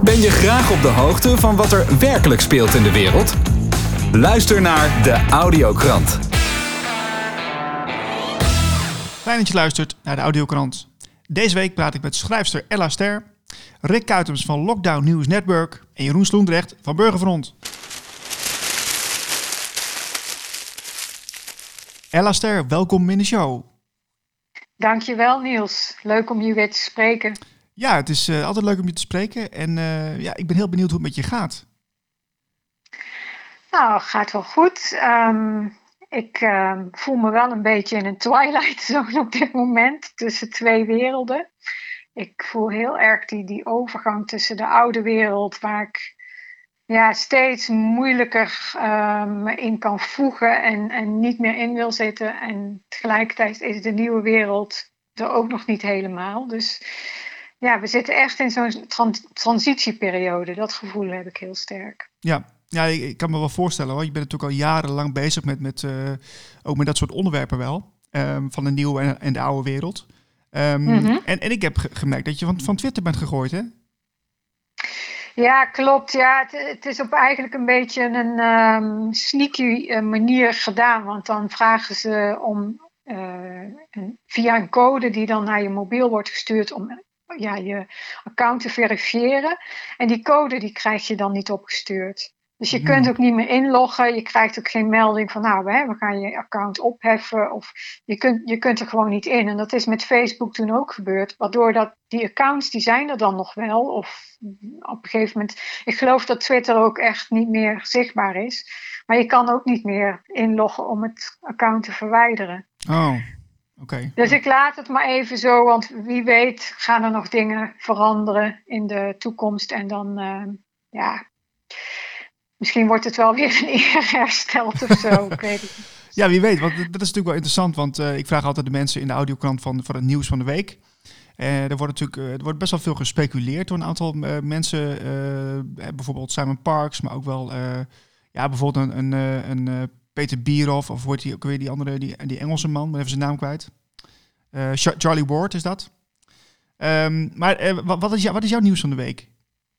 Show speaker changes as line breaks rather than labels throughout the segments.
Ben je graag op de hoogte van wat er werkelijk speelt in de wereld? Luister naar de Audiokrant.
Fijn dat je luistert naar de Audiokrant. Deze week praat ik met schrijfster Ella Ster, Rick Kuitems van Lockdown News Network en Jeroen Sloendrecht van Burgerfront. Ella Ster, welkom in de show.
Dankjewel Niels, leuk om je weer te spreken.
Ja, het is altijd leuk om je te spreken en ik ben heel benieuwd hoe het met je gaat.
Nou, gaat wel goed. Ik voel me wel een beetje in een twilight zone op dit moment, tussen twee werelden. Ik voel heel erg die overgang tussen de oude wereld, waar ik steeds moeilijker me in kan voegen en niet meer in wil zitten. En tegelijkertijd is de nieuwe wereld er ook nog niet helemaal. Dus ja, we zitten echt in zo'n transitieperiode. Dat gevoel heb ik heel sterk.
Ja, ik kan me wel voorstellen hoor. Je bent natuurlijk al jarenlang bezig ook met dat soort onderwerpen wel. Van de nieuwe en de oude wereld. En ik heb gemerkt dat je van Twitter bent gegooid, hè?
Ja, klopt. Ja, het is op eigenlijk een beetje een sneaky manier gedaan. Want dan vragen ze om via een code die dan naar je mobiel wordt gestuurd om je account te verifiëren. En die code die krijg je dan niet opgestuurd. Dus je kunt ook niet meer inloggen. Je krijgt ook geen melding van we gaan je account opheffen. Of je kunt er gewoon niet in. En dat is met Facebook toen ook gebeurd. Waardoor die accounts die zijn er dan nog wel. Of op een gegeven moment. Ik geloof dat Twitter ook echt niet meer zichtbaar is. Maar je kan ook niet meer inloggen om het account te verwijderen.
Oh, oké.
Dus ik laat het maar even zo. Want wie weet gaan er nog dingen veranderen in de toekomst. En dan misschien wordt het wel weer een eer hersteld of zo. Ik weet het niet.
Ja, wie weet. Want dat is natuurlijk wel interessant. Want ik vraag altijd de mensen in de audiokrant van het nieuws van de week. Er wordt best wel veel gespeculeerd door een aantal mensen. Bijvoorbeeld Simon Parkes, maar ook wel bijvoorbeeld een Peter Bierhoff. Of hoe heet die ook weer, die andere, die Engelse man. Ben even zijn naam kwijt. Charlie Ward is dat. Wat is jouw nieuws van de week?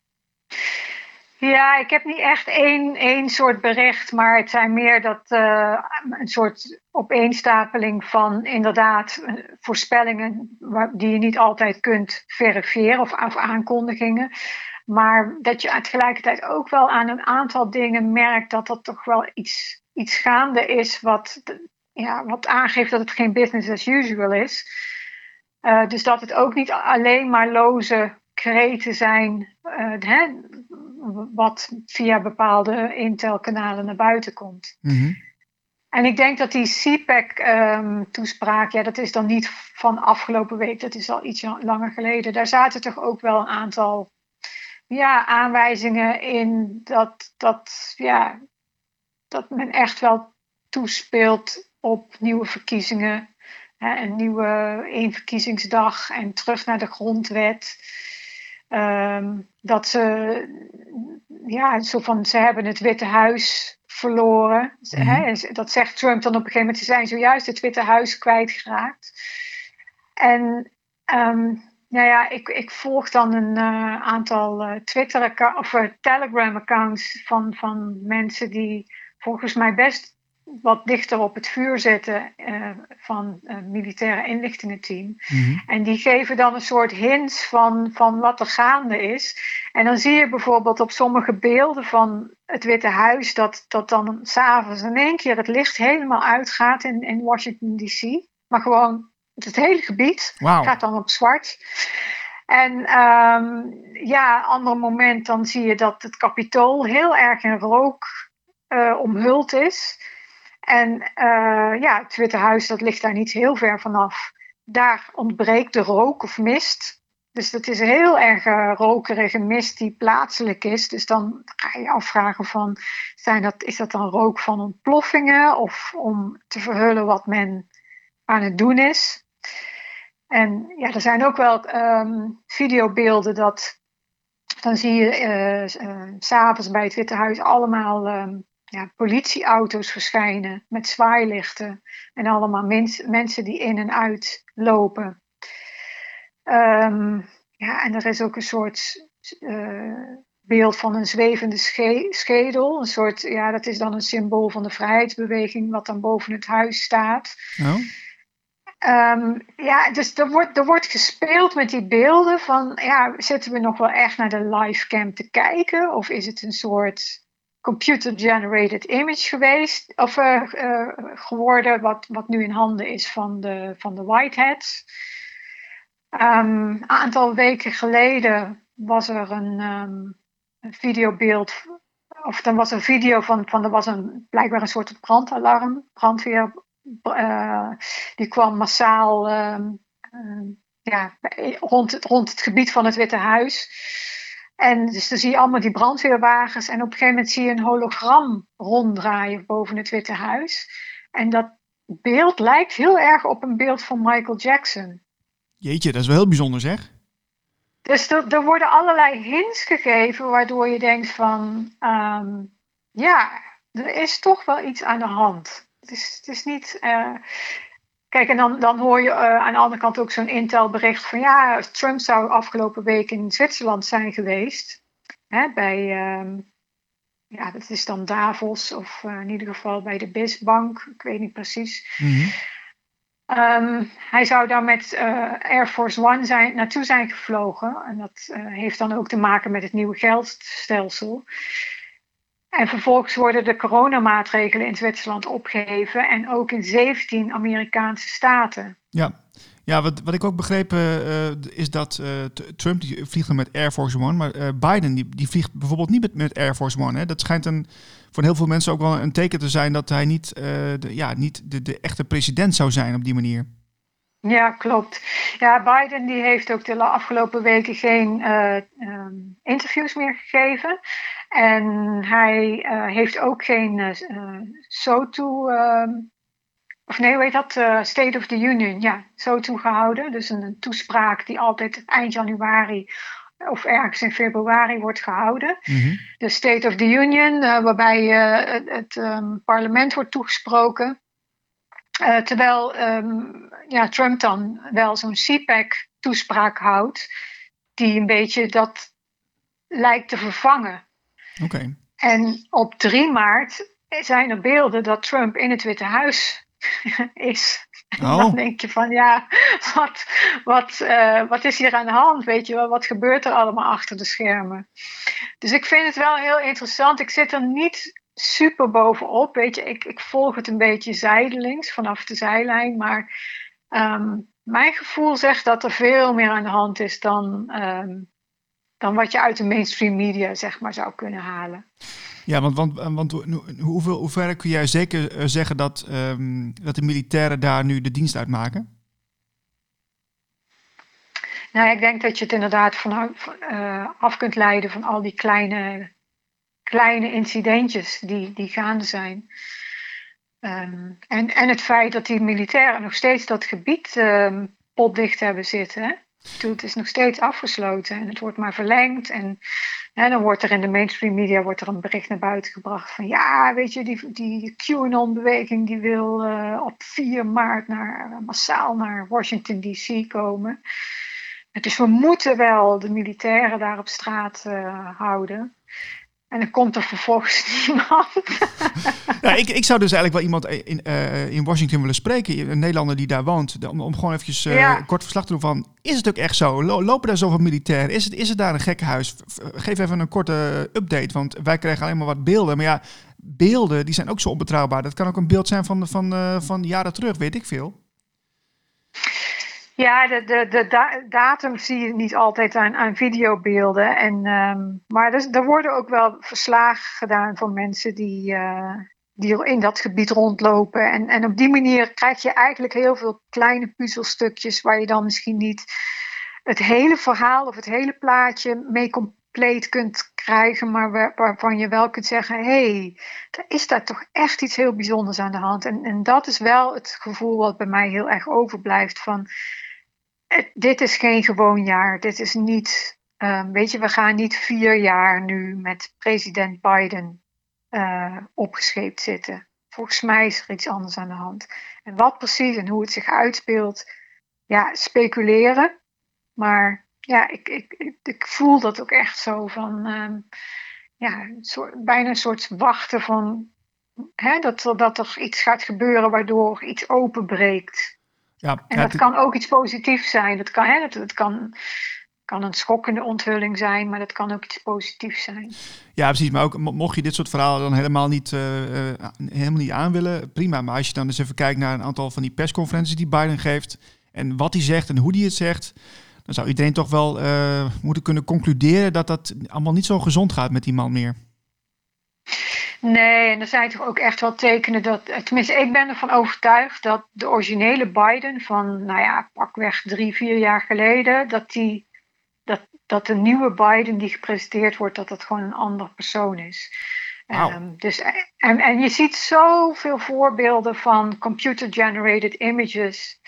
Ja, ik heb niet echt één soort bericht, maar het zijn meer een soort opeenstapeling van inderdaad voorspellingen die je niet altijd kunt verifiëren of aankondigingen. Maar dat je tegelijkertijd ook wel aan een aantal dingen merkt dat er toch wel iets gaande is wat aangeeft dat het geen business as usual is. Dus dat het ook niet alleen maar loze kreten zijn wat via bepaalde Intel-kanalen naar buiten komt. Mm-hmm. En ik denk dat die CPAC-toespraak, dat is dan niet van afgelopen week, dat is al iets langer geleden. Daar zaten toch ook wel een aantal aanwijzingen in dat men echt wel toespeelt op nieuwe verkiezingen. Een nieuwe eenverkiezingsdag en terug naar de grondwet. Dat ze hebben het Witte Huis verloren. Mm-hmm. Dat zegt Trump dan op een gegeven moment. Ze zijn zojuist het Witte Huis kwijtgeraakt. En ik volg dan een aantal Telegram-accounts van mensen die volgens mij best wat dichter op het vuur zitten van het militaire inlichtingenteam. Mm-hmm. En die geven dan een soort hints van wat er gaande is. En dan zie je bijvoorbeeld op sommige beelden van het Witte Huis dat dan 's avonds in één keer het licht helemaal uitgaat in Washington D.C. Maar gewoon het hele gebied gaat dan op zwart. En ander moment dan zie je dat het Capitool heel erg in rook omhuld is. En het Witte Huis, dat ligt daar niet heel ver vanaf. Daar ontbreekt de rook of mist. Dus dat is een heel erg rokerige mist die plaatselijk is. Dus dan ga je je afvragen van, is dat dan rook van ontploffingen? Of om te verhullen wat men aan het doen is? En er zijn ook wel videobeelden dan zie je 's avonds bij het Witte Huis allemaal politieauto's verschijnen met zwaailichten en allemaal mensen die in en uit lopen. En er is ook een soort beeld van een zwevende schedel. Een soort, ja, dat is dan een symbool van de vrijheidsbeweging, wat dan boven het huis staat.
Oh.
Ja, dus er wordt gespeeld met die beelden van, ja, zitten we nog wel echt naar de livecam te kijken? Of is het een soort computer-generated image geweest? Of geworden, wat nu in handen is van de Whiteheads? Een aantal weken geleden was er een videobeeld, of dan was een video van er was blijkbaar een soort brandalarm, brandweer. Die kwam massaal rond het gebied van het Witte Huis. En dus dan zie je allemaal die brandweerwagens. En op een gegeven moment zie je een hologram ronddraaien boven het Witte Huis. En dat beeld lijkt heel erg op een beeld van Michael Jackson.
Jeetje, dat is wel heel bijzonder, zeg.
Dus er worden allerlei hints gegeven waardoor je denkt van... ja, er is toch wel iets aan de hand. Het is niet... Kijk, en dan hoor je aan de andere kant ook zo'n Intel-bericht van... ja, Trump zou afgelopen week in Zwitserland zijn geweest. Hè, bij... ja, dat is dan Davos of in ieder geval bij de BIS-bank. Ik weet niet precies.
Mm-hmm.
Hij zou daar met Air Force One naartoe zijn gevlogen. En dat heeft dan ook te maken met het nieuwe geldstelsel. En vervolgens worden de coronamaatregelen in Zwitserland opgeheven. En ook in 17 Amerikaanse staten.
Ja, wat ik ook begreep is dat Trump die vliegt dan met Air Force One. Maar Biden die vliegt bijvoorbeeld niet met Air Force One. Hè. Dat schijnt voor heel veel mensen ook wel een teken te zijn dat hij niet de echte president zou zijn op die manier.
Ja, klopt. Ja, Biden die heeft ook de afgelopen weken geen interviews meer gegeven. En hij heeft ook geen State of the Union, ja, SOTU gehouden. Dus een toespraak die altijd eind januari of ergens in februari wordt gehouden.
Mm-hmm.
De State of the Union, waarbij het parlement wordt toegesproken. Terwijl Trump dan wel zo'n CPAC-toespraak houdt, die een beetje dat lijkt te vervangen.
Okay.
En op 3 maart zijn er beelden dat Trump in het Witte Huis is.
Oh.
En dan denk je van, ja, wat is hier aan de hand? Weet je wel, wat gebeurt er allemaal achter de schermen? Dus ik vind het wel heel interessant. Ik zit er niet super bovenop, weet je. Ik volg het een beetje zijdelings, vanaf de zijlijn. Maar mijn gevoel zegt dat er veel meer aan de hand is dan wat je uit de mainstream media, zeg maar, zou kunnen halen.
Ja, want hoe ver kun jij zeker zeggen dat de militairen daar nu de dienst uitmaken?
Nou, ik denk dat je het inderdaad af kunt leiden van al die kleine incidentjes die gaande zijn. En het feit dat die militairen nog steeds dat gebied potdicht hebben zitten. Hè? Het is nog steeds afgesloten en het wordt maar verlengd. En dan wordt er in de mainstream media een bericht naar buiten gebracht van ja, weet je, die QAnon-beweging die wil op 4 maart massaal naar Washington D.C. komen. Dus we moeten wel de militairen daar op straat houden. En dan komt er vervolgens niemand.
Ja, ik zou dus eigenlijk wel iemand in Washington willen spreken. Een Nederlander die daar woont. Om gewoon eventjes een kort verslag te doen van... Is het ook echt zo? Lopen daar zoveel militairen? Is het daar een gekkenhuis? Geef even een korte update. Want wij krijgen alleen maar wat beelden. Maar ja, beelden die zijn ook zo onbetrouwbaar. Dat kan ook een beeld zijn van jaren terug. Weet ik veel.
Ja, de datum zie je niet altijd aan videobeelden. Maar er worden ook wel verslagen gedaan van mensen die in dat gebied rondlopen. En op die manier krijg je eigenlijk heel veel kleine puzzelstukjes waar je dan misschien niet het hele verhaal of het hele plaatje mee compleet kunt krijgen, maar waarvan je wel kunt zeggen, er is daar toch echt iets heel bijzonders aan de hand. En dat is wel het gevoel wat bij mij heel erg overblijft van... Dit is geen gewoon jaar. Dit is niet... we gaan niet 4 jaar nu met president Biden opgescheept zitten. Volgens mij is er iets anders aan de hand. En wat precies en hoe het zich uitspeelt... Ja, speculeren. Maar ik voel dat ook echt zo van, bijna een soort wachten van, dat er iets gaat gebeuren waardoor iets openbreekt.
Ja,
en dat kan ook iets positiefs zijn. Dat kan een schokkende onthulling zijn, maar dat kan ook iets positiefs zijn.
Ja, precies. Maar ook mocht je dit soort verhalen dan helemaal niet aan willen, prima. Maar als je dan eens even kijkt naar een aantal van die persconferenties die Biden geeft en wat hij zegt en hoe hij het zegt, dan zou iedereen toch wel moeten kunnen concluderen dat dat allemaal niet zo gezond gaat met die man meer.
Nee, en er zijn toch ook echt wel tekenen dat, tenminste ik ben ervan overtuigd dat de originele Biden van, pakweg 3-4 jaar geleden, dat de nieuwe Biden die gepresenteerd wordt, dat gewoon een ander persoon is.
Wow.
En je ziet zoveel voorbeelden van computer-generated images.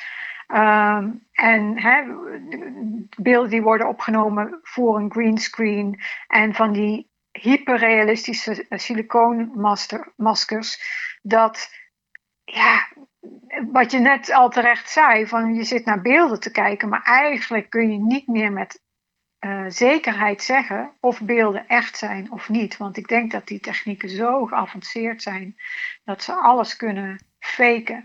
Beelden die worden opgenomen voor een greenscreen en van die hyperrealistische silicoonmaskers. Dat, wat je net al terecht zei, van je zit naar beelden te kijken, maar eigenlijk kun je niet meer met zekerheid zeggen of beelden echt zijn of niet. Want ik denk dat die technieken zo geavanceerd zijn dat ze alles kunnen faken.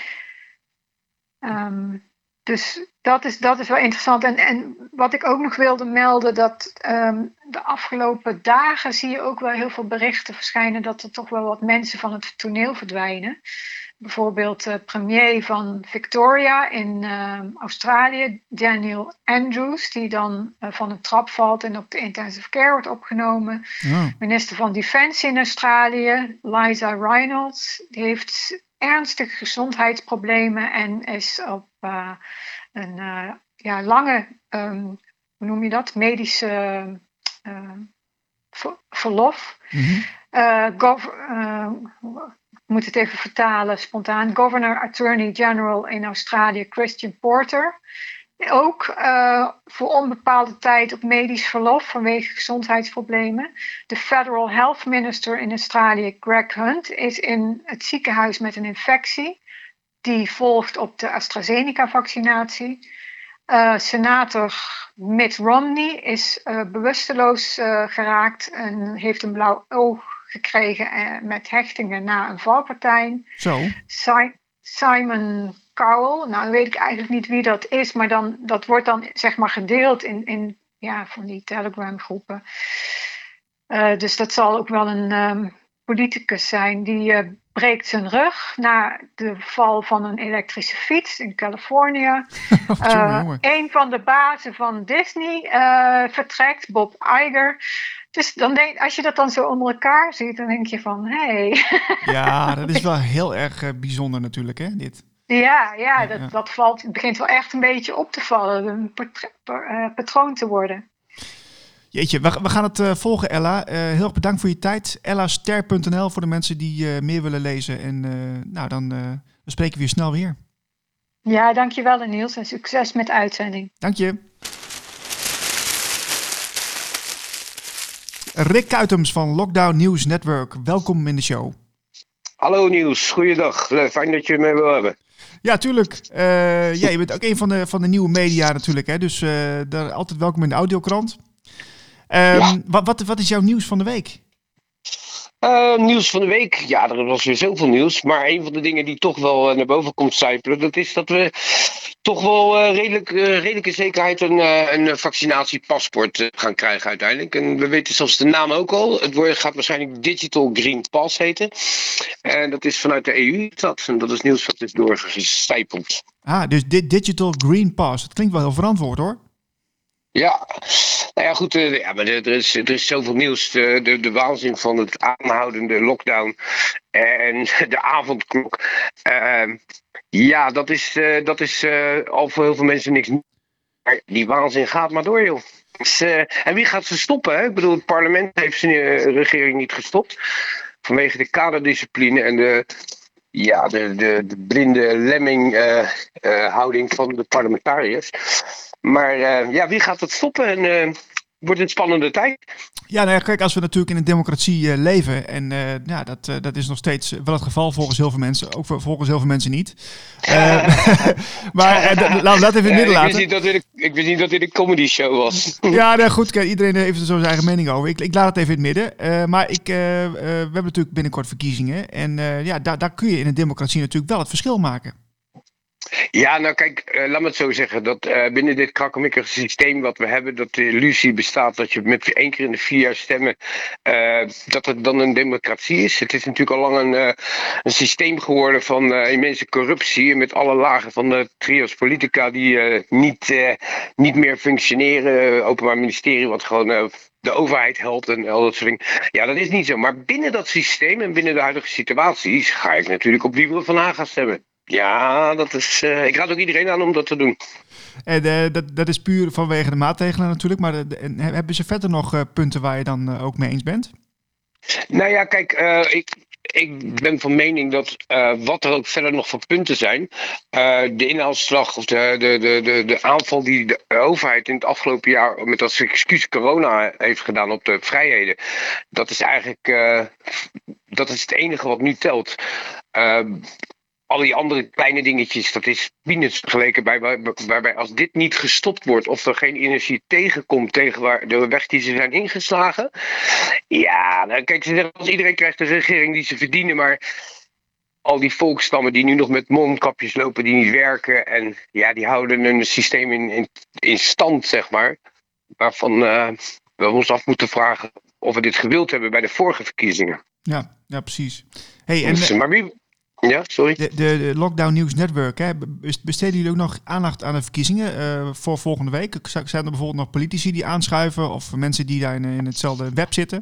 Dus dat is wel interessant. En wat ik ook nog wilde melden, dat de afgelopen dagen zie je ook wel heel veel berichten verschijnen dat er toch wel wat mensen van het toneel verdwijnen. Bijvoorbeeld de premier van Victoria in Australië, Daniel Andrews, die dan van een trap valt en op de intensive care wordt opgenomen. Oh. Minister van Defensie in Australië, Liza Reynolds, die heeft ernstige gezondheidsproblemen en is op een lange, hoe noem je dat, medische verlof. Mm-hmm. Ik moet het even vertalen spontaan. Governor Attorney General in Australië, Christian Porter. Ook voor onbepaalde tijd op medisch verlof vanwege gezondheidsproblemen. De Federal Health Minister in Australië, Greg Hunt, is in het ziekenhuis met een infectie. Die volgt op de AstraZeneca-vaccinatie. Senator Mitt Romney is bewusteloos geraakt en heeft een blauw oog gekregen met hechtingen na een valpartij.
Zo.
Simon Cowell, nou weet ik eigenlijk niet wie dat is, maar dat wordt dan zeg maar gedeeld in van die Telegram groepen. Dus dat zal ook wel een politicus zijn die breekt zijn rug na de val van een elektrische fiets in Californië. Een van de bazen van Disney vertrekt, Bob Iger. Dus als je dat dan zo onder elkaar ziet, dan denk je van, hé.
Ja, dat is wel heel erg bijzonder natuurlijk, hè, dit.
Dat het begint wel echt een beetje op te vallen, een patroon te worden.
Jeetje, we gaan het volgen, Ella. Heel erg bedankt voor je tijd. ellaster.nl voor de mensen die meer willen lezen. En dan spreken we je snel weer.
Ja, dankjewel Niels en succes met de uitzending.
Dank je. Rick Kuitems van Lockdown News Network. Welkom in de show.
Hallo Niels, goeiedag. Fijn dat je me wil hebben.
Ja, tuurlijk. Je bent ook een van de nieuwe media natuurlijk. Hè? Dus daar altijd welkom in de Audiokrant. Wat is jouw nieuws van de week?
Nieuws van de week? Ja, er was weer zoveel nieuws. Maar een van de dingen die toch wel naar boven komt sijpelen, dat is dat we toch wel redelijke zekerheid een vaccinatiepaspoort gaan krijgen uiteindelijk. En we weten zelfs de naam ook al. Het gaat waarschijnlijk Digital Green Pass heten. En dat is vanuit de EU. Dat is nieuws wat is doorgecijpeld.
Dus Digital Green Pass. Dat klinkt wel heel verantwoord hoor.
Ja, nou ja goed, maar er is zoveel nieuws. De waanzin van het aanhoudende lockdown en de avondklok. Dat is al voor heel veel mensen niks nieuws. Maar die waanzin gaat maar door, joh. Dus, en wie gaat ze stoppen? Hè? Ik bedoel, het parlement heeft zijn regering niet gestopt. Vanwege de kaderdiscipline en de blinde lemming houding van de parlementariërs. Maar wie gaat het stoppen? En wordt een spannende tijd.
Ja, nou ja, kijk, als we natuurlijk in een democratie leven, en dat is nog steeds wel het geval volgens heel veel mensen, ook volgens heel veel mensen niet. Maar laten we dat even in het midden laten.
Ik wist niet dat dit een comedy show was.
Ja, nee, goed, kijk, iedereen heeft er zo zijn eigen mening over. Ik laat het even in het midden. Maar we hebben natuurlijk binnenkort verkiezingen. En daar kun je in een democratie natuurlijk wel het verschil maken.
Ja, nou kijk, laat me het zo zeggen. Dat binnen dit krakkemikkige systeem wat we hebben, dat de illusie bestaat dat je met 1 keer in de 4 jaar stemmen, dat het dan een democratie is. Het is natuurlijk al lang een systeem geworden van immense corruptie, met alle lagen van de trio's politica die niet meer functioneren. Openbaar ministerie wat gewoon de overheid helpt en al dat soort dingen. Ja, dat is niet zo. Maar binnen dat systeem en binnen de huidige situaties ga ik natuurlijk op Wiebren van Haga stemmen. Ja, dat is. Ik raad ook iedereen aan om dat te doen.
En dat is puur vanwege de maatregelen natuurlijk. Maar hebben ze verder nog punten waar je dan ook mee eens bent?
Nou ja, kijk, ik ben van mening dat wat er ook verder nog voor punten zijn, de inhaalslag of de aanval die de overheid in het afgelopen jaar met als excuus corona heeft gedaan op de vrijheden, dat is eigenlijk dat is het enige wat nu telt. Al die andere kleine dingetjes, dat is peanuts vergeleken waarbij als dit niet gestopt wordt of er geen energie tegenkomt tegen waar de weg die ze zijn ingeslagen. Ja, nou, kijk, ze zeggen als iedereen krijgt de regering die ze verdienen, maar al die volksstammen die nu nog met mondkapjes lopen die niet werken en ja, die houden een systeem in stand, zeg maar, waarvan we ons af moeten vragen of we dit gewild hebben bij de vorige verkiezingen.
Ja, precies. Hey,
dus, maar wie... Ja, sorry.
De Lockdown News Network, hè, besteden jullie ook nog aandacht aan de verkiezingen voor volgende week? Zijn er bijvoorbeeld nog politici die aanschuiven of mensen die daar in hetzelfde web zitten?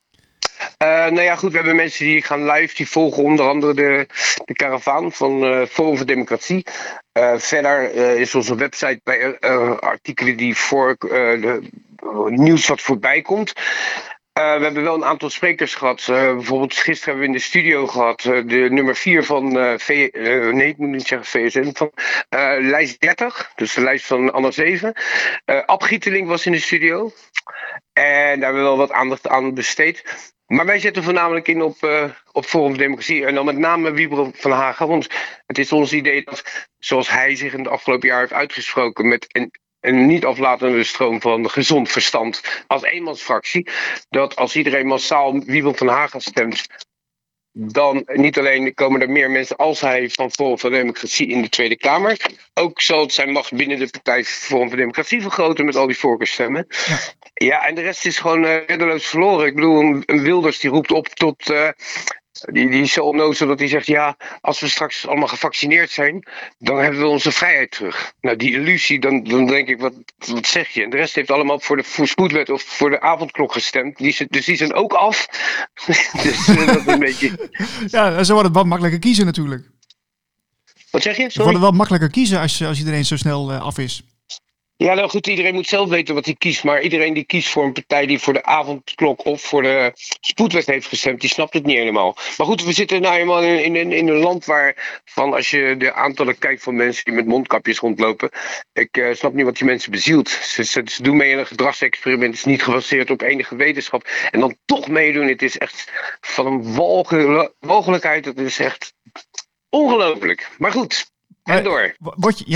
Nou ja, goed, we hebben mensen die gaan live, die volgen onder andere de karavaan van Forum voor Democratie. Verder is onze website bij artikelen die voor nieuws wat voorbij komt. We hebben wel een aantal sprekers gehad. Bijvoorbeeld gisteren hebben we in de studio gehad de nummer 4 van ik moet niet zeggen VSN, van lijst 30, dus de lijst van Anna 7. Ab Gieteling was in de studio. En daar hebben we wel wat aandacht aan besteed. Maar wij zetten voornamelijk in op Forum voor Democratie. En dan met name Wiebren van Haga. Want het is ons idee dat, zoals hij zich in het afgelopen jaar heeft uitgesproken, met een niet aflatende stroom van gezond verstand als eenmansfractie, dat als iedereen massaal Wiebren van Haga stemt, dan niet alleen komen er meer mensen als hij van Forum voor Democratie in de Tweede Kamer. Ook zal het zijn macht binnen de partij Forum voor Democratie vergroten met al die voorkeurstemmen. Ja, en de rest is gewoon reddeloos verloren. Ik bedoel, een Wilders die roept op tot... Die is zo onnozel dat hij zegt, ja, als we straks allemaal gevaccineerd zijn, dan hebben we onze vrijheid terug. Nou, die illusie, dan denk ik, wat zeg je? En de rest heeft allemaal voor de spoedwet of voor de avondklok gestemd. Dus die zijn ook af. Dus dat is een beetje...
Ja, zo wordt het wat makkelijker kiezen natuurlijk.
Wat zeg je? Sorry?
Het wordt wel makkelijker kiezen als iedereen zo snel af is.
Ja, nou goed, iedereen moet zelf weten wat hij kiest. Maar iedereen die kiest voor een partij die voor de avondklok of voor de spoedwet heeft gestemd, die snapt het niet helemaal. Maar goed, we zitten nou eenmaal in een land waarvan als je de aantallen kijkt van mensen die met mondkapjes rondlopen, ik snap niet wat die mensen bezielt. Ze doen mee aan een gedragsexperiment, het is niet gebaseerd op enige wetenschap. En dan toch meedoen, het is echt van een walgelijkheid, dat is echt ongelooflijk. Maar goed. En door.
Word je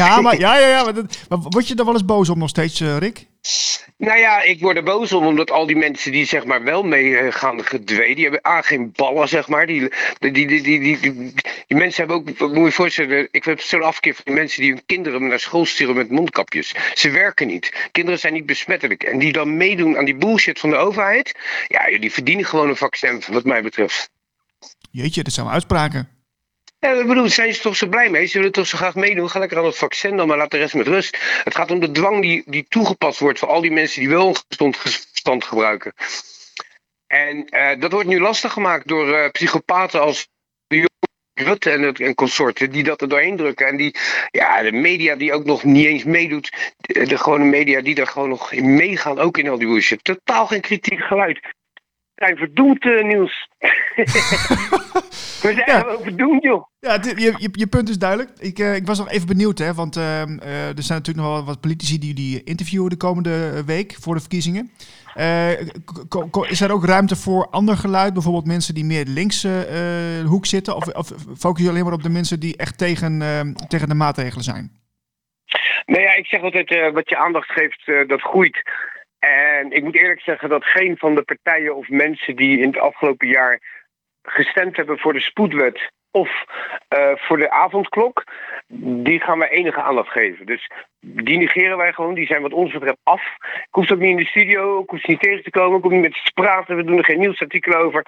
er wel eens boos om nog steeds, Rick?
Nou ja, ik word er boos om, omdat al die mensen die zeg maar wel mee gaan gedwee, die hebben geen ballen, zeg maar. Die mensen hebben ook, moet je je voorstellen, ik heb zo'n afkeer van die mensen die hun kinderen naar school sturen met mondkapjes. Ze werken niet. Kinderen zijn niet besmettelijk. En die dan meedoen aan die bullshit van de overheid, ja, die verdienen gewoon een vaccin, wat mij betreft.
Jeetje, dat zijn uitspraken.
Ja, ik bedoel, zijn ze toch zo blij mee? Ze willen toch zo graag meedoen? Ga lekker aan het vaccin dan, maar laat de rest met rust. Het gaat om de dwang die toegepast wordt voor al die mensen die wel een gezond verstand gebruiken. En dat wordt nu lastig gemaakt door psychopaten als Rutte en consorten die dat er doorheen drukken. En de media die ook nog niet eens meedoet. De gewone media die daar gewoon nog in meegaan, ook in al die bullshit. Totaal geen kritiek geluid. zijn verdoemd, Niels. We zijn gewoon verdoemd, joh.
Ja, je punt is duidelijk. Ik was nog even benieuwd, hè, want er zijn natuurlijk nog wel wat politici die interviewen de komende week voor de verkiezingen. Is er ook ruimte voor ander geluid? Bijvoorbeeld mensen die meer links hoek zitten? Of focus je alleen maar op de mensen die echt tegen de maatregelen zijn?
Nou ja, ik zeg altijd, wat je aandacht geeft, dat groeit. En ik moet eerlijk zeggen dat geen van de partijen of mensen die in het afgelopen jaar gestemd hebben voor de spoedwet of voor de avondklok, die gaan wij enige aandacht geven. Dus die negeren wij gewoon, die zijn wat ons betreft af. Ik hoef ook niet in de studio, ik hoef ze niet tegen te komen, ik hoef niet met ze te praten, we doen er geen nieuwsartikelen over.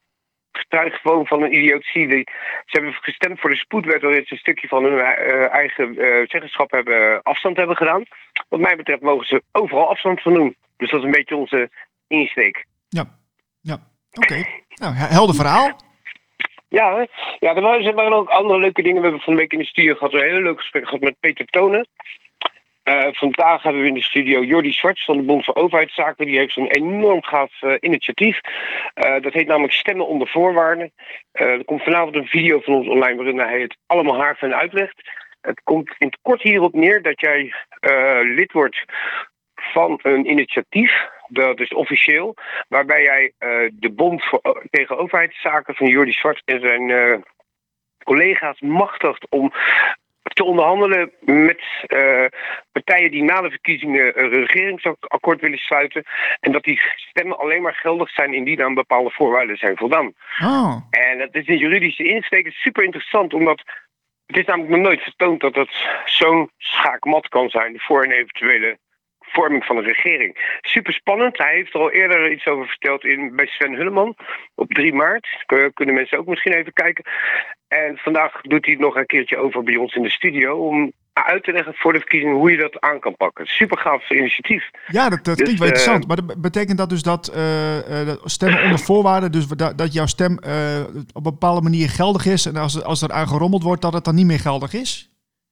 Getuig gewoon van een idiotie. Ze hebben gestemd voor de spoedwet, waarin ze een stukje van hun eigen zeggenschap afstand hebben gedaan. Wat mij betreft mogen ze overal afstand van doen. Dus dat is een beetje onze insteek.
Ja. Oké. Nou, helder verhaal.
Ja, er waren ook andere leuke dingen. We hebben van de week in de studio gehad een hele leuke gesprek gehad met Peter Tonen. Vandaag hebben we in de studio Jordi Zwarts van de Bond voor Overheidszaken. Die heeft zo'n enorm gaaf initiatief. Dat heet namelijk Stemmen onder voorwaarden. Er komt vanavond een video van ons online waarin hij het allemaal haarfijn uitlegt. Het komt in het kort hierop neer dat jij lid wordt van een initiatief, dat is officieel, waarbij jij de Bond tegen Overheidszaken van Jordi Zwarts en zijn collega's machtigt om te onderhandelen met partijen die na de verkiezingen een regeringsakkoord willen sluiten. En dat die stemmen alleen maar geldig zijn indien aan bepaalde voorwaarden zijn voldaan.
Oh.
En dat is een juridische insteek, super interessant, omdat het is namelijk nog nooit vertoond dat het zo'n schaakmat kan zijn voor een eventuele vorming van een regering. Super spannend. Hij heeft er al eerder iets over verteld bij Sven Hulleman op 3 maart. Kunnen mensen ook misschien even kijken. En vandaag doet hij het nog een keertje over bij ons in de studio om uit te leggen voor de verkiezingen hoe je dat aan kan pakken. Super gaaf initiatief.
Ja, dat klinkt wel interessant. Maar dat betekent dat dus dat stemmen onder voorwaarden, dus dat jouw stem op een bepaalde manier geldig is en als er aan gerommeld wordt, dat het dan niet meer geldig is?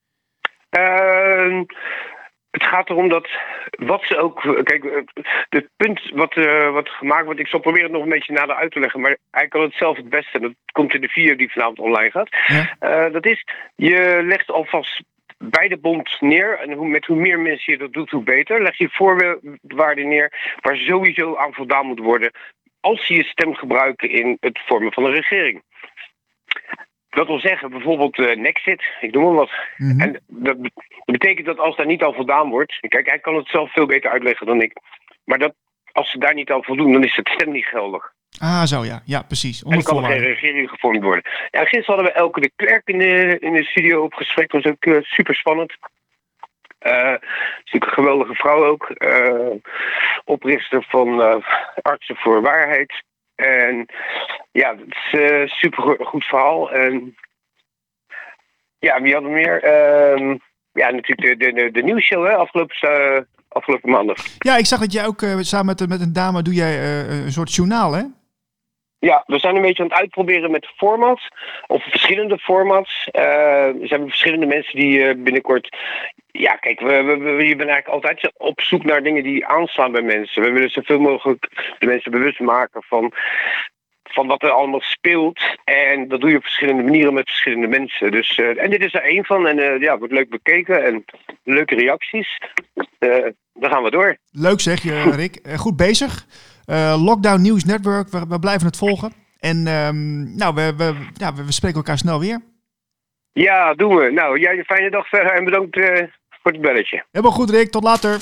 Het gaat erom dat wat ze ook. Kijk, het punt wat gemaakt wordt. Ik zal proberen het nog een beetje nader uit te leggen. Maar hij kan het zelf het beste. Dat komt in de video die vanavond online gaat. Ja. Dat is. Je legt alvast bij de bond neer. En met hoe meer mensen je dat doet, hoe beter. Leg je voorwaarden neer waar sowieso aan voldaan moet worden. Als ze je stem gebruiken in het vormen van een regering. Dat wil zeggen, bijvoorbeeld Nexit, ik noem maar wat. Mm-hmm. En dat betekent dat als daar niet al voldaan wordt. Kijk, hij kan het zelf veel beter uitleggen dan ik. Maar als ze daar niet al voldoen, dan is het stem niet geldig.
Ah, zo ja. Ja, precies.
En dan kan er geen regering gevormd worden. Ja, gisteren hadden we Elke de Klerk in de studio op gesprek. Dat was ook super spannend. Is natuurlijk een geweldige vrouw ook. Oprichter van Artsen voor Waarheid. En ja, het is een super goed verhaal. En ja, wie hadden meer? Ja, natuurlijk de nieuwsshow, hè, afgelopen maandag.
Ja, ik zag dat jij ook samen met een dame doe jij een soort journaal, hè?
Ja, we zijn een beetje aan het uitproberen met formats. Of verschillende formats. Er zijn verschillende mensen die binnenkort. Ja, kijk, je bent eigenlijk altijd op zoek naar dingen die aanslaan bij mensen. We willen zoveel mogelijk de mensen bewust maken van wat er allemaal speelt. En dat doe je op verschillende manieren met verschillende mensen. Dus, en dit is er één van. En ja, wordt leuk bekeken. En leuke reacties. Dan gaan we door.
Leuk zeg je, Rick. Goed bezig. Lockdown News Network. We blijven het volgen. En we spreken elkaar snel weer.
Ja, doen we. Nou, jij een fijne dag verder. En bedankt voor het belletje.
Helemaal goed, Rick. Tot later.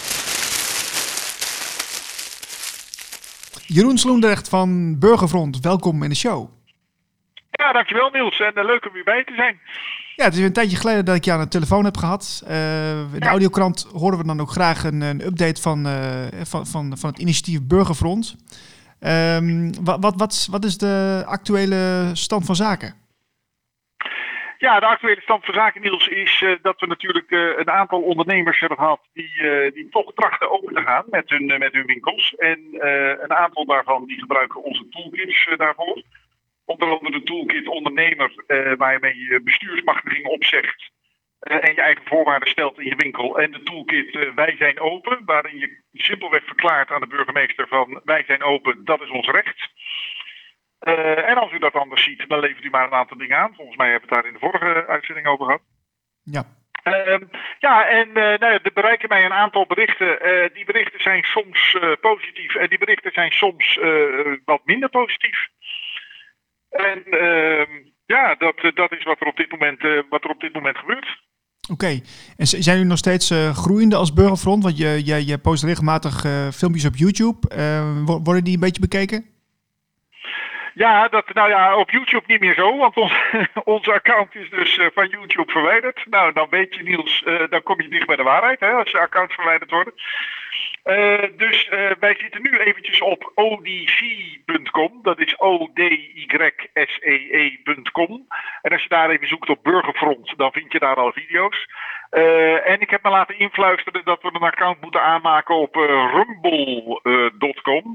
Jeroen Sloendrecht van Burgerfront, welkom in de show.
Ja, dankjewel Niels. En leuk om hierbij te zijn.
Ja, het is een tijdje geleden dat ik je aan de telefoon heb gehad. In de audiokrant horen we dan ook graag een update van het initiatief Burgerfront. Wat is de actuele stand van zaken?
Ja, de actuele stand van zaken, Niels, is dat we natuurlijk een aantal ondernemers hebben gehad die toch trachten open te gaan met hun winkels. En een aantal daarvan die gebruiken onze toolkits daarvoor. Onder andere de toolkit ondernemer, waarmee je bestuursmachtiging opzegt en je eigen voorwaarden stelt in je winkel. En de toolkit Wij zijn open, waarin je simpelweg verklaart aan de burgemeester van wij zijn open, dat is ons recht. En als u dat anders ziet, dan levert u maar een aantal dingen aan. Volgens mij hebben we het daar in de vorige uitzending over gehad.
Ja.
Er bereiken mij een aantal berichten. Die berichten zijn soms positief en die berichten zijn soms wat minder positief. En dat is wat er op dit moment gebeurt.
Oké. En zijn jullie nog steeds groeiende als Burgerfront? Want je post regelmatig filmpjes op YouTube. Worden die een beetje bekeken?
Ja, op YouTube niet meer zo, want ons account is dus van YouTube verwijderd. Nou, dan weet je, Niels, dan kom je dicht bij de waarheid, hè, als je accounts verwijderd worden. Dus wij zitten nu eventjes op odysee.com, dat is ODYSEE.com. En als je daar even zoekt op Burgerfront, dan vind je daar al video's. En ik heb me laten influisteren dat we een account moeten aanmaken op rumble.com.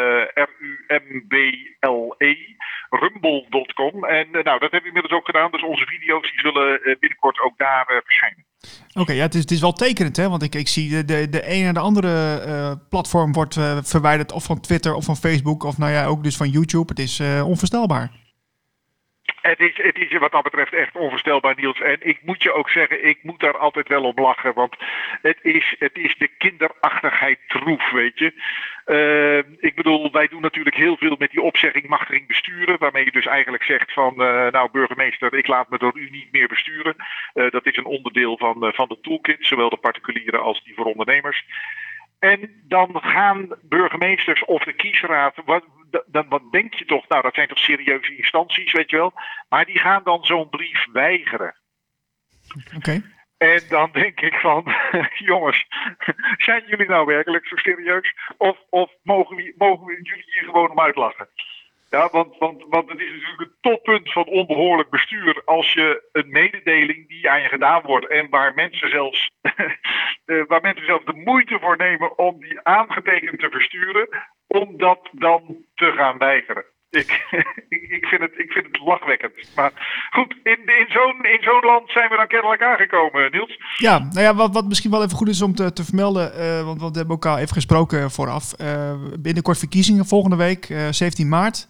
RUMBLE, rumble.com. En dat hebben we inmiddels ook gedaan, dus onze video's die zullen binnenkort ook daar verschijnen.
Oké, ja, het is wel tekenend, hè? Want ik zie de een en de andere platform wordt verwijderd, of van Twitter of van Facebook, of ook dus van YouTube. Het is onvoorstelbaar.
Het is wat dat betreft echt onvoorstelbaar, Niels. En ik moet je ook zeggen, ik moet daar altijd wel om lachen. Want het is de kinderachtigheid troef, weet je. Ik bedoel, wij doen natuurlijk heel veel met die opzegging machtiging besturen. Waarmee je dus eigenlijk zegt van, burgemeester, ik laat me door u niet meer besturen. Dat is een onderdeel van de toolkit, zowel de particulieren als die voor ondernemers. En dan gaan burgemeesters of de kiesraad, wat denk je toch, dat zijn toch serieuze instanties, weet je wel. Maar die gaan dan zo'n brief weigeren.
Oké.
En dan denk ik van, jongens, zijn jullie nou werkelijk zo serieus? Of mogen we jullie hier gewoon om uitlachen? Ja, want het is natuurlijk het toppunt van onbehoorlijk bestuur als je een mededeling die aan je gedaan wordt en waar mensen zelfs de moeite voor nemen om die aangetekend te versturen, om dat dan te gaan weigeren. Ik vind het lachwekkend. Maar goed, in zo'n land zijn we dan kennelijk aangekomen, Niels.
Ja, wat misschien wel even goed is om te vermelden, want we hebben elkaar even gesproken vooraf. Binnenkort verkiezingen volgende week, 17 maart.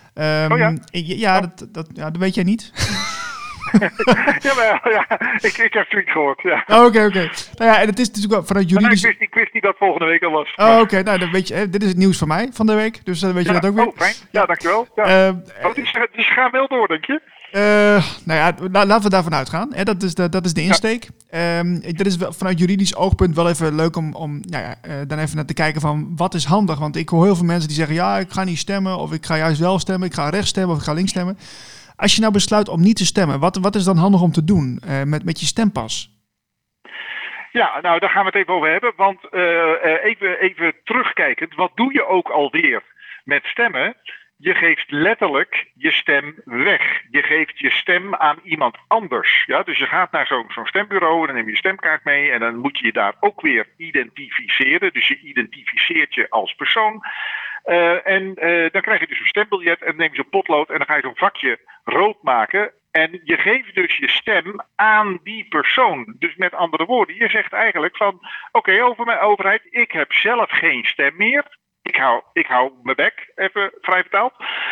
Dat weet jij niet.
Ik heb zoiets gehoord. Ja.
Oké. En het is natuurlijk wel vanuit juridisch.
Ik wist niet dat volgende week al was.
Oké, dan weet je, dit is het nieuws van mij van de week, dus dan weet je dat ook weer.
Oh, fijn. Ja, dankjewel. Ja. Dus ga wel door, denk je?
Laten we daarvan uitgaan. Dat is de insteek. Dat is wel, vanuit juridisch oogpunt wel even leuk om dan even naar te kijken van wat is handig. Want ik hoor heel veel mensen die zeggen, ik ga niet stemmen, of ik ga juist wel stemmen, ik ga rechts stemmen of ik ga links stemmen. Als je nou besluit om niet te stemmen, wat is dan handig om te doen met je stempas?
Ja, daar gaan we het even over hebben. Want even terugkijkend, wat doe je ook alweer met stemmen? Je geeft letterlijk je stem weg. Je geeft je stem aan iemand anders. Ja? Dus je gaat naar zo'n stembureau en dan neem je je stemkaart mee. En dan moet je je daar ook weer identificeren. Dus je identificeert je als persoon. Dan krijg je dus een stembiljet en dan neem je zo'n potlood en dan ga je zo'n vakje rood maken. En je geeft dus je stem aan die persoon. Dus met andere woorden, je zegt eigenlijk van, oké, over mijn overheid, ik heb zelf geen stem meer. Ik hou mijn bek, even vrij vertaald.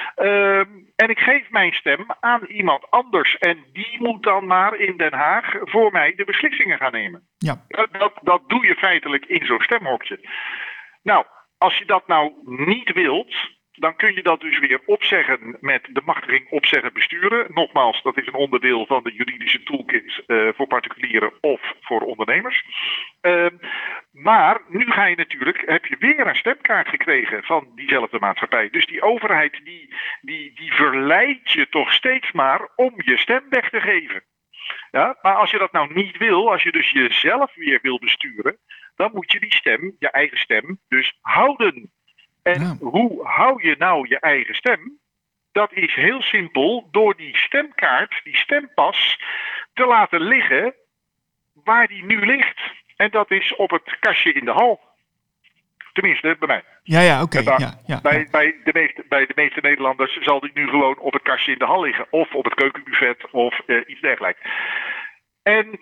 En ik geef mijn stem aan iemand anders. En die moet dan maar in Den Haag voor mij de beslissingen gaan nemen. Ja. Dat doe je feitelijk in zo'n stemhokje. Nou, als je dat nou niet wilt, dan kun je dat dus weer opzeggen met de machtiging opzeggen besturen. Nogmaals, dat is een onderdeel van de juridische toolkit voor particulieren of voor ondernemers. Maar nu heb je weer een stemkaart gekregen van diezelfde maatschappij. Dus die overheid die verleidt je toch steeds maar om je stem weg te geven. Ja, maar als je dat nou niet wil, als je dus jezelf weer wil besturen, dan moet je die stem, je eigen stem, dus houden. En hoe hou je nou je eigen stem? Dat is heel simpel door die stemkaart, die stempas, te laten liggen waar die nu ligt. En dat is op het kastje in de hal. Tenminste, bij mij.
Ja, oké.
Bij de meeste Nederlanders zal die nu gewoon op het kastje in de hal liggen. Of op het keukenbuffet of iets dergelijks. En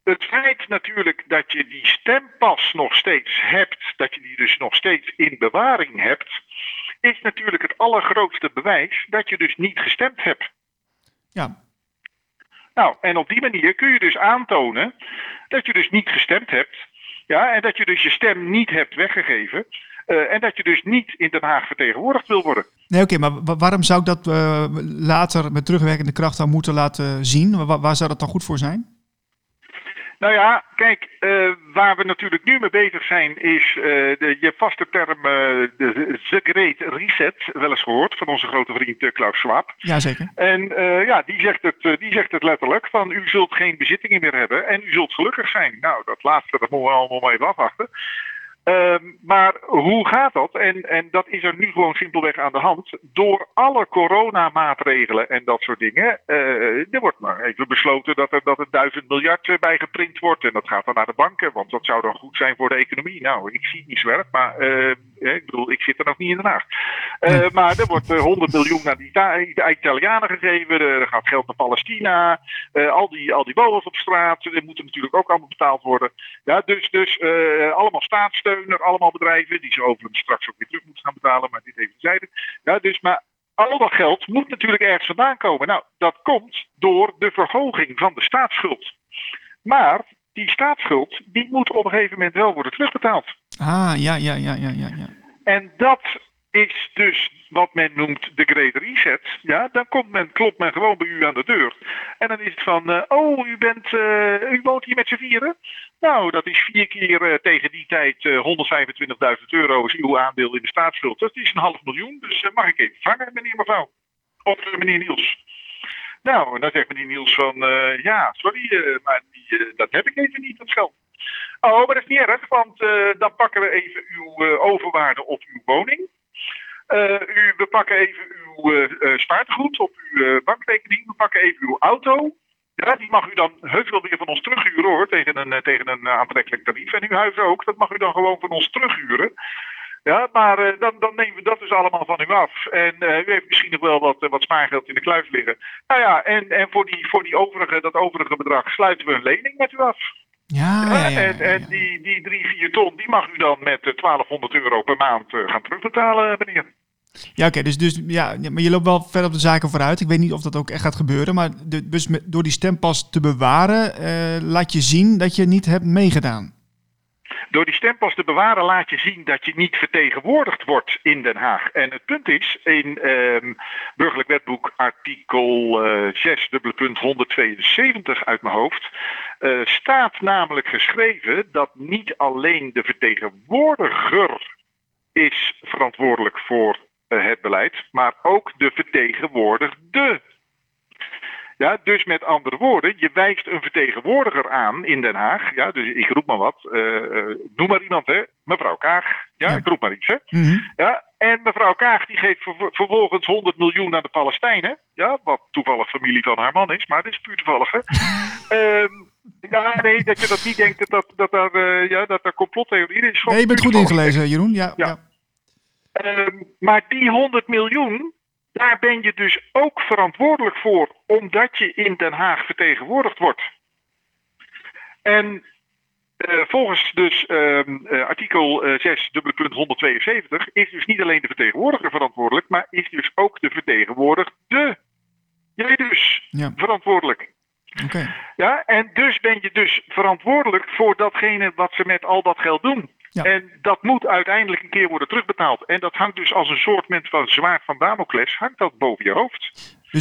het feit natuurlijk dat je die stempas nog steeds hebt, dat je die dus nog steeds in bewaring hebt, is natuurlijk het allergrootste bewijs dat je dus niet gestemd hebt.
Ja.
Nou, en op die manier kun je dus aantonen dat je dus niet gestemd hebt. Ja, en dat je dus je stem niet hebt weggegeven. En dat je dus niet in Den Haag vertegenwoordigd wil worden.
Nee, oké, maar waarom zou ik dat later met terugwerkende kracht dan moeten laten zien? Waar zou dat dan goed voor zijn?
Nou ja, kijk, waar we natuurlijk nu mee bezig zijn is je vaste term The Great Reset, wel eens gehoord, van onze grote vriend Klaus Schwab.
Jazeker.
En die zegt het letterlijk van u zult geen bezittingen meer hebben en u zult gelukkig zijn. Nou, dat laatste, dat moeten we allemaal maar even afwachten. Maar hoe gaat dat? En dat is er nu gewoon simpelweg aan de hand. Door alle coronamaatregelen en dat soort dingen. Er wordt maar even besloten dat er 1000 miljard bij geprint wordt. En dat gaat dan naar de banken. Want dat zou dan goed zijn voor de economie. Nou, ik zie het niet zwerf. Maar ik bedoel, ik zit er nog niet in Den Haag. Maar er wordt 100 miljoen naar de Italianen gegeven. Er gaat geld naar Palestina. Al die bewoners op straat. Die moeten natuurlijk ook allemaal betaald worden. Ja, dus allemaal staatssteun. Allemaal bedrijven die ze overigens straks ook weer terug moeten gaan betalen, maar dit even terzijde. Ja, maar al dat geld moet natuurlijk ergens vandaan komen. Nou, dat komt door de verhoging van de staatsschuld. Maar die staatsschuld, die moet op een gegeven moment wel worden terugbetaald.
Ah, ja.
En dat is dus wat men noemt de Great Reset. Ja, dan klopt men gewoon bij u aan de deur. En dan is het van, u woont hier met z'n vieren? Nou, dat is 4 keer tegen die tijd €125.000 is uw aandeel in de staatsschuld. Dat is $500.000, dus mag ik even vangen, meneer mevrouw? Of meneer Niels? Nou, en dan zegt meneer Niels van, sorry, maar dat heb ik even niet, dat geld. Oh, maar dat is niet erg, want dan pakken we even uw overwaarde op uw woning. We pakken even uw spaartegoed op uw bankrekening. We pakken even uw auto. Ja, die mag u dan heus wel weer van ons terughuren hoor, tegen een aantrekkelijk tarief. En uw huis ook, dat mag u dan gewoon van ons terughuren. Ja, maar dan nemen we dat dus allemaal van u af. En u heeft misschien nog wel wat spaargeld in de kluis liggen. Nou ja, en voor dat overige bedrag sluiten we een lening met u af.
Ja.
En die 3-4 ton, die mag u dan met €1200 per maand gaan terugbetalen, meneer.
Ja, oké, dus maar je loopt wel ver op de zaken vooruit. Ik weet niet of dat ook echt gaat gebeuren, maar dus door die stempas te bewaren, laat je zien dat je niet hebt meegedaan.
Door die stempas te bewaren laat je zien dat je niet vertegenwoordigd wordt in Den Haag. En het punt is, in Burgerlijk Wetboek artikel 6.172 uit mijn hoofd, staat namelijk geschreven dat niet alleen de vertegenwoordiger is verantwoordelijk voor het beleid, maar ook de vertegenwoordigde. Ja, dus met andere woorden, je wijst een vertegenwoordiger aan in Den Haag. Ja, dus ik roep maar wat. Noem maar iemand, hè. Mevrouw Kaag. Ja, ik roep maar iets, hè. Mm-hmm. Ja, en mevrouw Kaag die geeft vervolgens 100 miljoen aan de Palestijnen. Ja, wat toevallig familie van haar man is, maar dat is puur toevallig, hè. Nee, dat je dat niet denkt dat er complottheorie is.
Nee, je bent goed ingelezen, Jeroen. Ja.
Maar die 100 miljoen... daar ben je dus ook verantwoordelijk voor, omdat je in Den Haag vertegenwoordigd wordt. En volgens dus artikel 6.172 is dus niet alleen de vertegenwoordiger verantwoordelijk, maar is dus ook de vertegenwoordigde. Jij dus verantwoordelijk.
Okay.
Ja, en dus ben je dus verantwoordelijk voor datgene wat ze met al dat geld doen. Ja. En dat moet uiteindelijk een keer worden terugbetaald. En dat hangt dus als een soort van zwaard van Damocles, hangt dat boven je hoofd.
Dus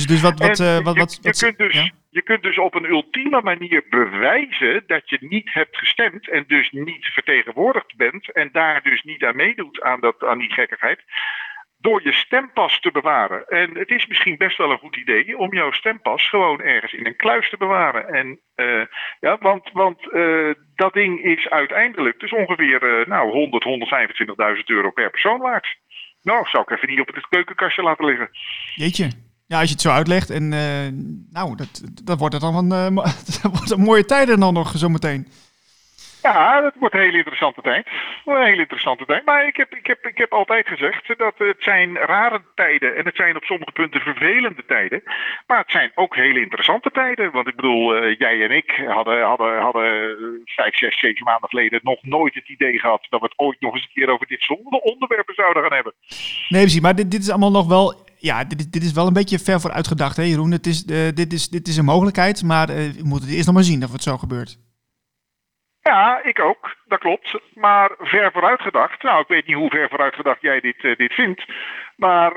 je kunt dus op een ultieme manier bewijzen dat je niet hebt gestemd en dus niet vertegenwoordigd bent en daar dus niet aan meedoet aan die gekkigheid, door je stempas te bewaren. En het is misschien best wel een goed idee om jouw stempas gewoon ergens in een kluis te bewaren. En want dat ding is uiteindelijk dus ongeveer 125.000 € per persoon waard. Nou, zou ik even niet op het keukenkastje laten liggen.
Jeetje. Ja, als je het zo uitlegt en dat wordt het dan dat wordt een mooie tijden dan nog zometeen.
Ja, het wordt een hele interessante tijd. Maar ik heb altijd gezegd dat het zijn rare tijden. En het zijn op sommige punten vervelende tijden. Maar het zijn ook hele interessante tijden. Want ik bedoel, jij en ik hadden 5, 6, 7 maanden geleden nog nooit het idee gehad dat we het ooit nog eens een keer over dit soort onderwerpen zouden gaan hebben.
Nee, precies. Maar dit is allemaal nog wel... Ja, dit is wel een beetje ver vooruitgedacht, hè Jeroen? Dit is een mogelijkheid, maar we moeten eerst nog maar zien of het zo gebeurt.
Ja, ik ook. Dat klopt. Maar ver vooruitgedacht. Nou, ik weet niet hoe ver vooruitgedacht jij dit vindt. Maar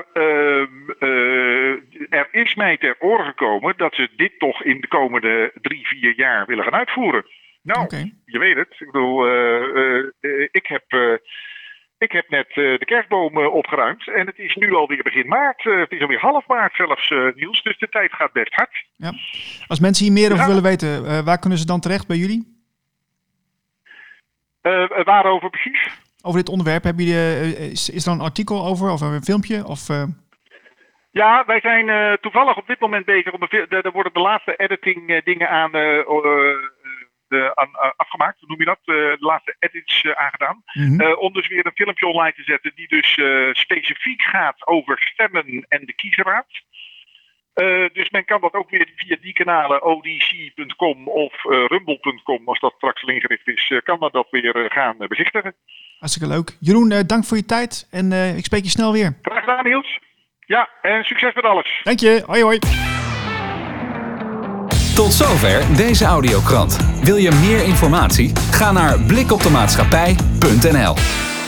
er is mij ter oren gekomen dat ze dit toch in de komende 3-4 jaar willen gaan uitvoeren. Nou, Je weet het. Ik bedoel, ik heb net de kerstboom opgeruimd. En het is nu alweer begin maart. Het is alweer half maart zelfs, Niels. Dus de tijd gaat best hard.
Ja. Als mensen hier meer over willen weten, waar kunnen ze dan terecht bij jullie?
Waarover precies?
Over dit onderwerp, is er een artikel over of een filmpje? Of,
Ja, wij zijn toevallig op dit moment bezig. Er worden de laatste editing dingen aan afgemaakt. Hoe noem je dat? De laatste edits aangedaan.
Mm-hmm.
Om dus weer een filmpje online te zetten die dus specifiek gaat over stemmen en de kiesraad. Dus men kan dat ook weer via die kanalen, odc.com of rumble.com, als dat straks al ingericht is, kan men dat weer gaan bezichtigen.
Hartstikke leuk. Jeroen, dank voor je tijd en ik spreek je snel weer.
Graag gedaan, Niels. Ja, en succes met alles.
Dank je. Hoi hoi.
Tot zover deze audiokrant. Wil je meer informatie? Ga naar blikopdemaatschappij.nl.